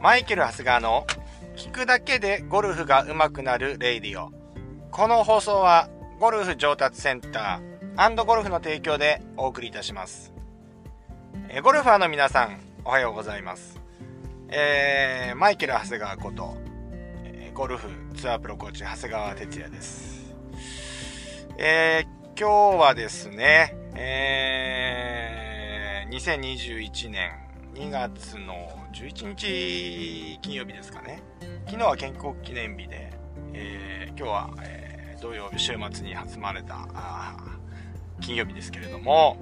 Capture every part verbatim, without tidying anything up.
マイケル・長谷川の聞くだけでゴルフが上手くなるレイディオ。この放送はゴルフ上達センター&ゴルフの提供でお送りいたします。えゴルファーの皆さん、おはようございます。えー、マイケル・長谷川こと、えー、ゴルフツアープロコーチ長谷川哲也です。えー、今日はですね、えー、にせんにじゅういちねんにがつのじゅういちにち金曜日ですかね。昨日は建国記念日で、えー、今日は、えー、土曜日週末に挟まれた金曜日ですけれども、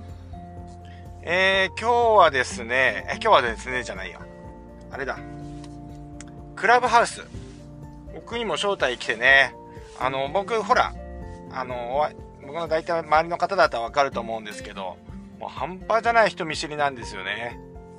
えー、今日はですね、え今日はですねじゃないよ。あれだ。クラブハウス。僕にも招待来てね、あの、僕、ほら、あの、僕の大体周りの方だったらわかると思うんですけど、もう半端じゃない人見知りなんですよね。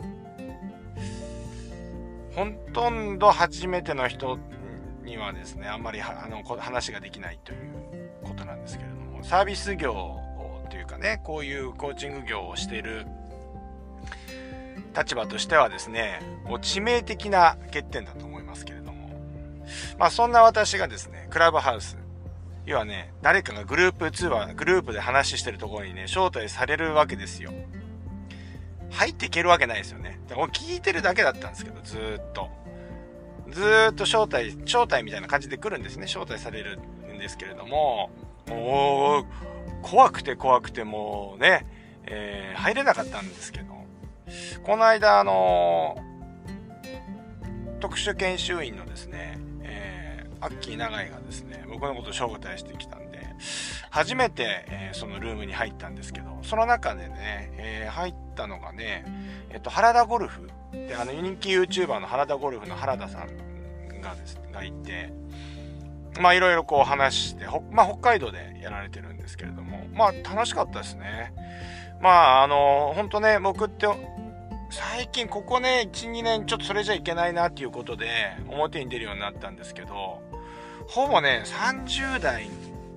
ほとんど初めての人にはですね、あんまりあの話ができないということなんですけれども、サービス業というかね、こういうコーチング業をしている立場としてはですね、もう致命的な欠点だと思いますけれども、まあそんな私がですね、クラブハウス、要はね、誰かがグループ通話、グループで話してるところにね、招待されるわけですよ。入っていけるわけないですよね。聞いてるだけだったんですけど、ずーっと。ずーっと招待、招待みたいな感じで来るんですね。招待されるんですけれども、もう、怖くて怖くてもうね、えー、入れなかったんですけど、この間、あのー、特殊研修員のですね、えー、アッキー長井がですね、僕のことを招待してきたんで、初めて、えー、そのルームに入ったんですけど、その中でね、えー、入ったのがね、えっと、原田ゴルフで、あの、人気 YouTuber の原田ゴルフの原田さんがです、がいて、まあ、いろいろこう話して、ほまあ、北海道でやられてるんですけれども、まあ、楽しかったですね。まあ、あの、ほんとね、僕って、最近ここね、いち、にねんちょっとそれじゃいけないなっていうことで、表に出るようになったんですけど、ほぼね、さんじゅうだい、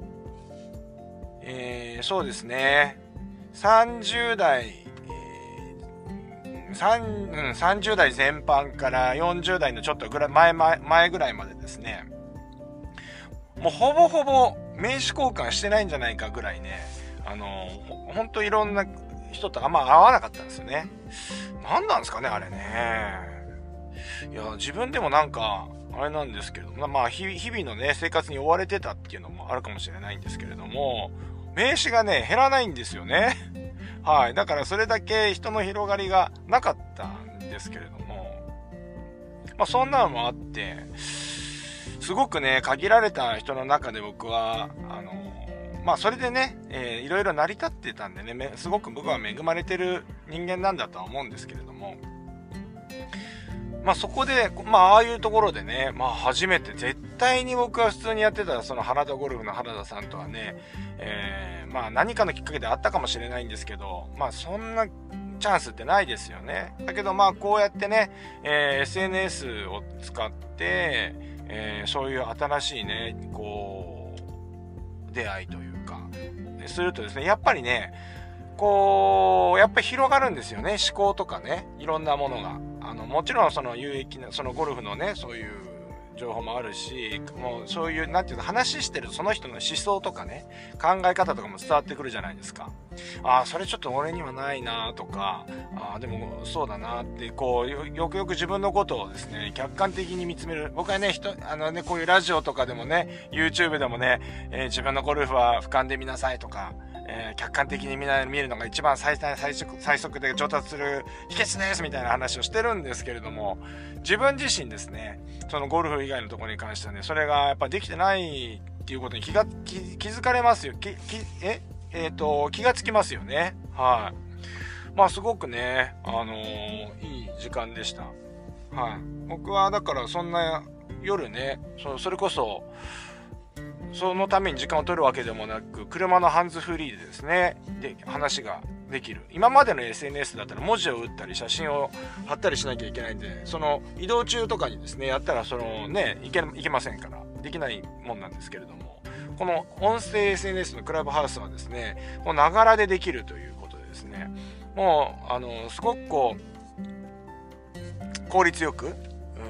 えー、そうですね。さんじゅうだい、えー、3うん、さんじゅうだい全般からよんじゅうだいのちょっとぐらい前、前、前ぐらいまでですね。もうほぼほぼ名刺交換してないんじゃないかぐらいね。あの、ほ, ほんといろんな人とあんま会わなかったんですよね。なんなんですかね、あれね。いや、自分でもなんか、あれなんですけど、まあ、日々のね、生活に追われてたっていうのもあるかもしれないんですけれども、名刺がね、減らないんですよね。はい。だからそれだけ人の広がりがなかったんですけれども、まあそんなのもあって、すごくね、限られた人の中で僕は、あの、まあそれでね、えー、いろいろ成り立ってたんでね、すごく僕は恵まれてる人間なんだとは思うんですけれども、まあそこで、まあああいうところでね、まあ初めて絶対に僕は普通にやってたその原田ゴルフの原田さんとはね、えー、まあ何かのきっかけであったかもしれないんですけど、まあそんなチャンスってないですよね。だけどまあこうやってね、えー、エスエヌエス を使って、えー、そういう新しいね、こう、出会いというか、するとですね、やっぱりね、こう、やっぱり広がるんですよね。思考とかね、いろんなものが。あの、もちろんその有益な、そのゴルフのね、そういう情報もあるし、もうそういう、なんていうの、話してるその人の思想とかね、考え方とかも伝わってくるじゃないですか。ああ、それちょっと俺にはないなとか、ああ、でもそうだなって、こう、よくよく自分のことをですね、客観的に見つめる。僕はね、人、あのね、こういうラジオとかでもね、YouTube でもね、えー、自分のゴルフは俯瞰で見なさいとか、えー、客観的に見な見るのが一番最最最速最速で上達する秘訣ですみたいな話をしてるんですけれども、自分自身ですね、そのゴルフ以外のところに関してはね、それがやっぱできてないっていうことに気が気気づかれますよ。ききええっ、ー、と気がつきますよね。はい。まあすごくね、あのー、いい時間でした。はい。僕はだからそんな夜ね、そそれこそ。そのために時間を取るわけでもなく、車のハンズフリーでですね、で話ができる。今までの エスエヌエス だったら文字を打ったり写真を貼ったりしなきゃいけないんで、その移動中とかにですね、やったらそのね、いけ、いけませんから、できないもんなんですけれども、この音声 エスエヌエス のクラブハウスはですね、こうながらでできるということでですね、もう、あの、すごくこう、効率よく、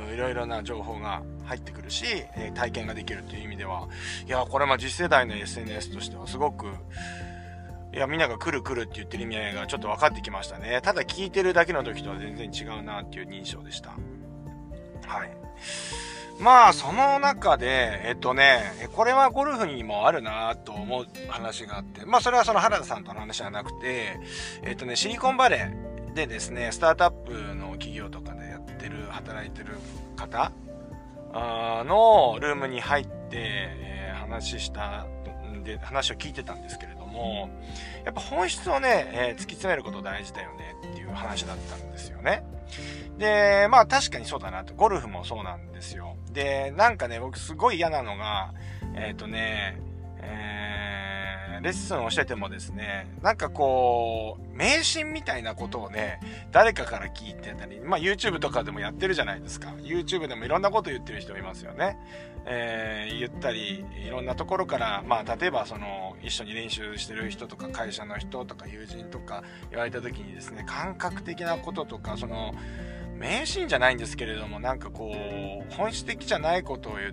いろいろな情報が入ってくるし、えー、体験ができるという意味では、いや、これまあ次世代の エスエヌエス としてはすごく、いや、みんなが来る来るって言ってる意味合いがちょっと分かってきましたね。ただ聞いてるだけの時とは全然違うなっていう認証でした。はい。まあ、その中で、えっとね、これはゴルフにもあるなと思う話があって、まあ、それはその原田さんとの話じゃなくて、えっとね、シリコンバレーでですね、スタートアップの企業とかでやってる、働いてる方のルームに入って、えー、話したんで、話を聞いてたんですけれども、やっぱ本質をね、えー、突き詰めること大事だよねっていう話だったんですよね。で、まあ確かにそうだなと。ゴルフもそうなんですよ。で、なんかね、僕すごい嫌なのが、えっとね、えー、レッスンをしててもですね、なんかこう、迷信みたいなことをね、誰かから聞いてたり、まあ YouTube とかでもやってるじゃないですか。YouTube でもいろんなこと言ってる人いますよね。えー、言ったり、いろんなところから、まあ例えばその、一緒に練習してる人とか、会社の人とか、友人とか言われた時にですね、感覚的なこととか、その、迷信じゃないんですけれども、なんかこう、本質的じゃないことを言って、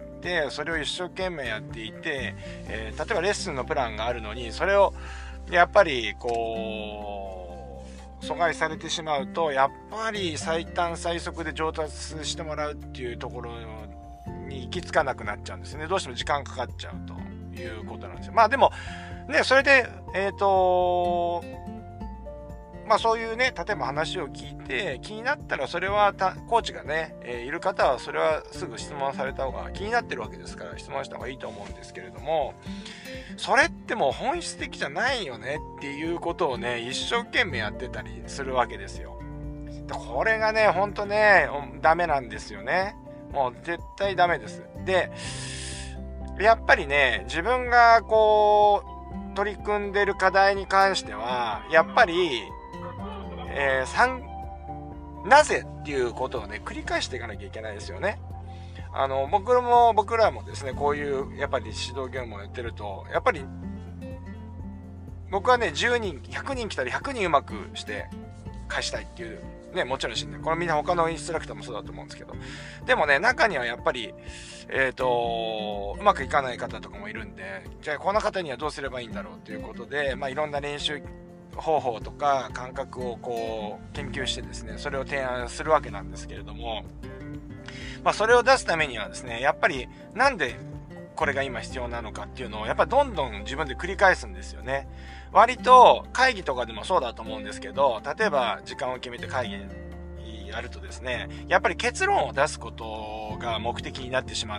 それを一生懸命やっていて、えー、例えばレッスンのプランがあるのに、それを、やっぱり、こう、阻害されてしまうと、やっぱり最短最速で上達してもらうっていうところに行き着かなくなっちゃうんですね。どうしても時間かかっちゃうということなんですよ。まあでも、ね、それで、えっと、まあそういうね、例えば話を聞いて、気になったらそれはた、コーチがね、えー、いる方はそれはすぐ質問された方が、気になってるわけですから質問した方がいいと思うんですけれども、それってもう本質的じゃないよねっていうことをね、一生懸命やってたりするわけですよ。これがね、ほんとね、ダメなんですよね。もう絶対ダメです。で、やっぱりね、自分がこう、取り組んでる課題に関しては、やっぱり、えー、さんなぜっていうことをね、繰り返していかなきゃいけないですよね。あの、僕も、僕らもですね、こういう、やっぱり指導業務をやってると、やっぱり、僕はね、じゅうにん、ひゃくにん来たらひゃくにんうまくして返したいっていう、ね、もちろんしんね、これみんな他のインストラクターもそうだと思うんですけど、でもね、中にはやっぱり、えっと、うまくいかない方とかもいるんで、じゃあこの方にはどうすればいいんだろうということで、まあいろんな練習方法とか感覚をこう研究してですね、それを提案するわけなんですけれども、まあそれを出すためにはですね、やっぱりなんでこれが今必要なのかっていうのをやっぱどんどん自分で繰り返すんですよね。割と会議とかでもそうだと思うんですけど、例えば時間を決めて会議やるとですね、やっぱり結論を出すことが目的になってしまって、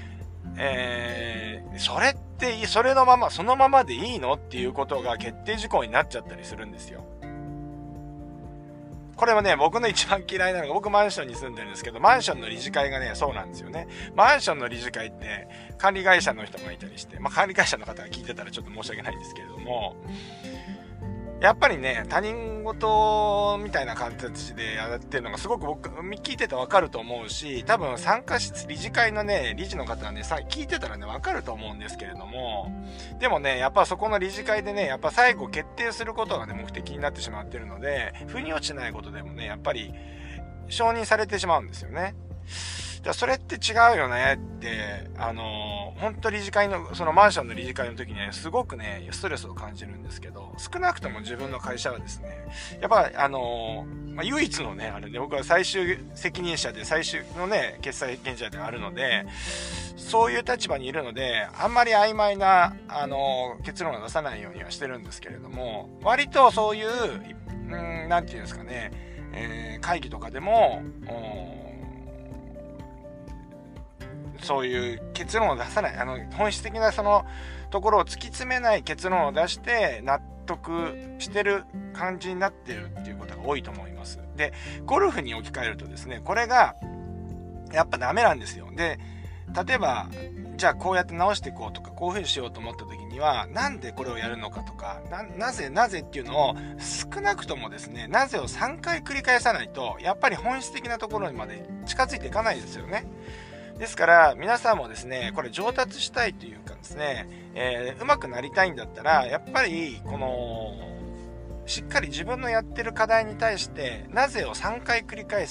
えー、それってそれのままそのままでいいのっていうことが決定事項になっちゃったりするんですよ。これはね、僕の一番嫌いなのが、僕マンションに住んでるんですけど、マンションの理事会がね、そうなんですよね。マンションの理事会って管理会社の人がいたりして、まあ管理会社の方が聞いてたらちょっと申し訳ないんですけれども、やっぱりね、他人事みたいな形でやってるのがすごく僕、聞いててわかると思うし、多分参加し、理事会のね、理事の方はね、さ、聞いてたらね、わかると思うんですけれども、でもね、やっぱそこの理事会でね、やっぱ最後決定することがね、目的になってしまってるので、腑に落ちないことでもね、やっぱり承認されてしまうんですよね。じゃあそれって違うよねって、あのー、本当理事会の、そのマンションの理事会の時にね、すごくね、ストレスを感じるんですけど、少なくとも自分の会社はですね、やっぱあのー、まあ、唯一のね、あれね、僕は最終責任者で最終のね、決裁権者であるので、そういう立場にいるので、あんまり曖昧な、あのー、結論を出さないようにはしてるんですけれども、割とそういう、うん、なんていうんですかね、えー、会議とかでも、そういう結論を出さない、あの、本質的なそのところを突き詰めない結論を出して納得してる感じになってるっていうことが多いと思います。で、ゴルフに置き換えるとですね、これがやっぱダメなんですよ。で、例えば、じゃあこうやって直していこうとか、こういう風にしようと思った時には、なんでこれをやるのかとか、な、なぜなぜっていうのを少なくともですね、なぜをさんかい繰り返さないと、やっぱり本質的なところにまで近づいていかないですよね。ですから皆さんもですね、これ上達したいというかですね、えー、上手くなりたいんだったら、やっぱりこのしっかり自分のやってる課題に対してなぜをさんかい繰り返すっ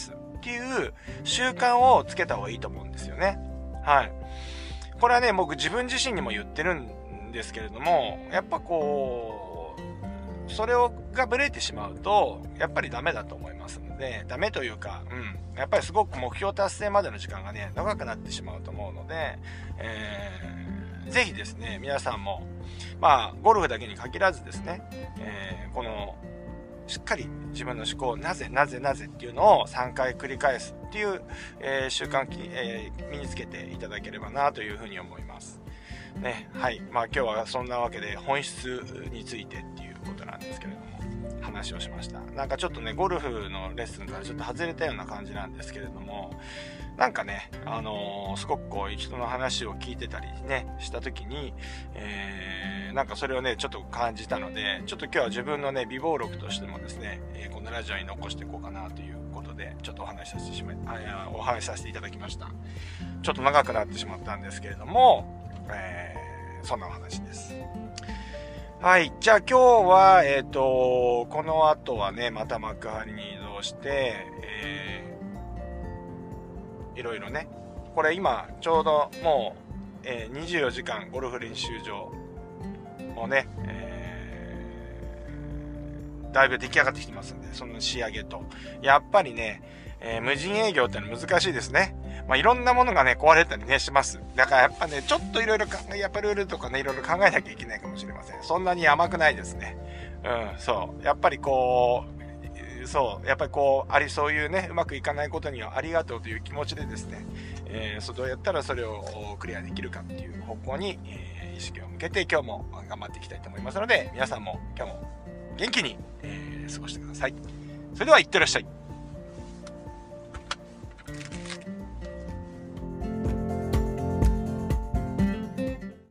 っていう習慣をつけた方がいいと思うんですよね。はい。これはね、僕自分自身にも言ってるんですけれども、やっぱこう、それをがブレてしまうと、やっぱりダメだと思いますので、ダメというか、うん、やっぱりすごく目標達成までの時間がね、長くなってしまうと思うので、えー、ぜひですね、皆さんも、まあ、ゴルフだけに限らずですね、えー、この、しっかり自分の思考、なぜなぜなぜっていうのをさんかい繰り返すっていう、えー、習慣、えー、身につけていただければなというふうに思います。ね、はい。まあ今日はそんなわけで本質についてっていうことなんですけれども、話をしました。なんかちょっとね、ゴルフのレッスンからちょっと外れたような感じなんですけれども、なんかね、あのー、すごくこう人の話を聞いてたりね、した時に、えー、なんかそれをね、ちょっと感じたので、ちょっと今日は自分のね、備忘録としてもですね、えー、このラジオに残していこうかなということで、ちょっとお話しさせてしまい、あ、お話しさせていただきました。ちょっと長くなってしまったんですけれども、えー、そんなお話です。はい。じゃあ今日は、えっと、この後はね、また幕張に移動して、えーいろいろね、これ今ちょうどもう、えー、にじゅうよじかんゴルフ練習場もね、えー、だいぶ出来上がってきてますんで、その仕上げとやっぱりね、えー、無人営業ってのは難しいですね。まあいろんなものがね壊れたりねします。だからやっぱねちょっといろいろ考えやっぱルールとかねいろいろ考えなきゃいけないかもしれません。そんなに甘くないですね。うん、そうやっぱりこうそうやっぱりこうありそういうねうまくいかないことにはありがとうという気持ちでですね、えー、そうどうやったらそれをクリアできるかっていう方向に、えー、意識を向けて今日も頑張っていきたいと思いますので、皆さんも今日も元気に、えー、過ごしてください。それではいってらっしゃい。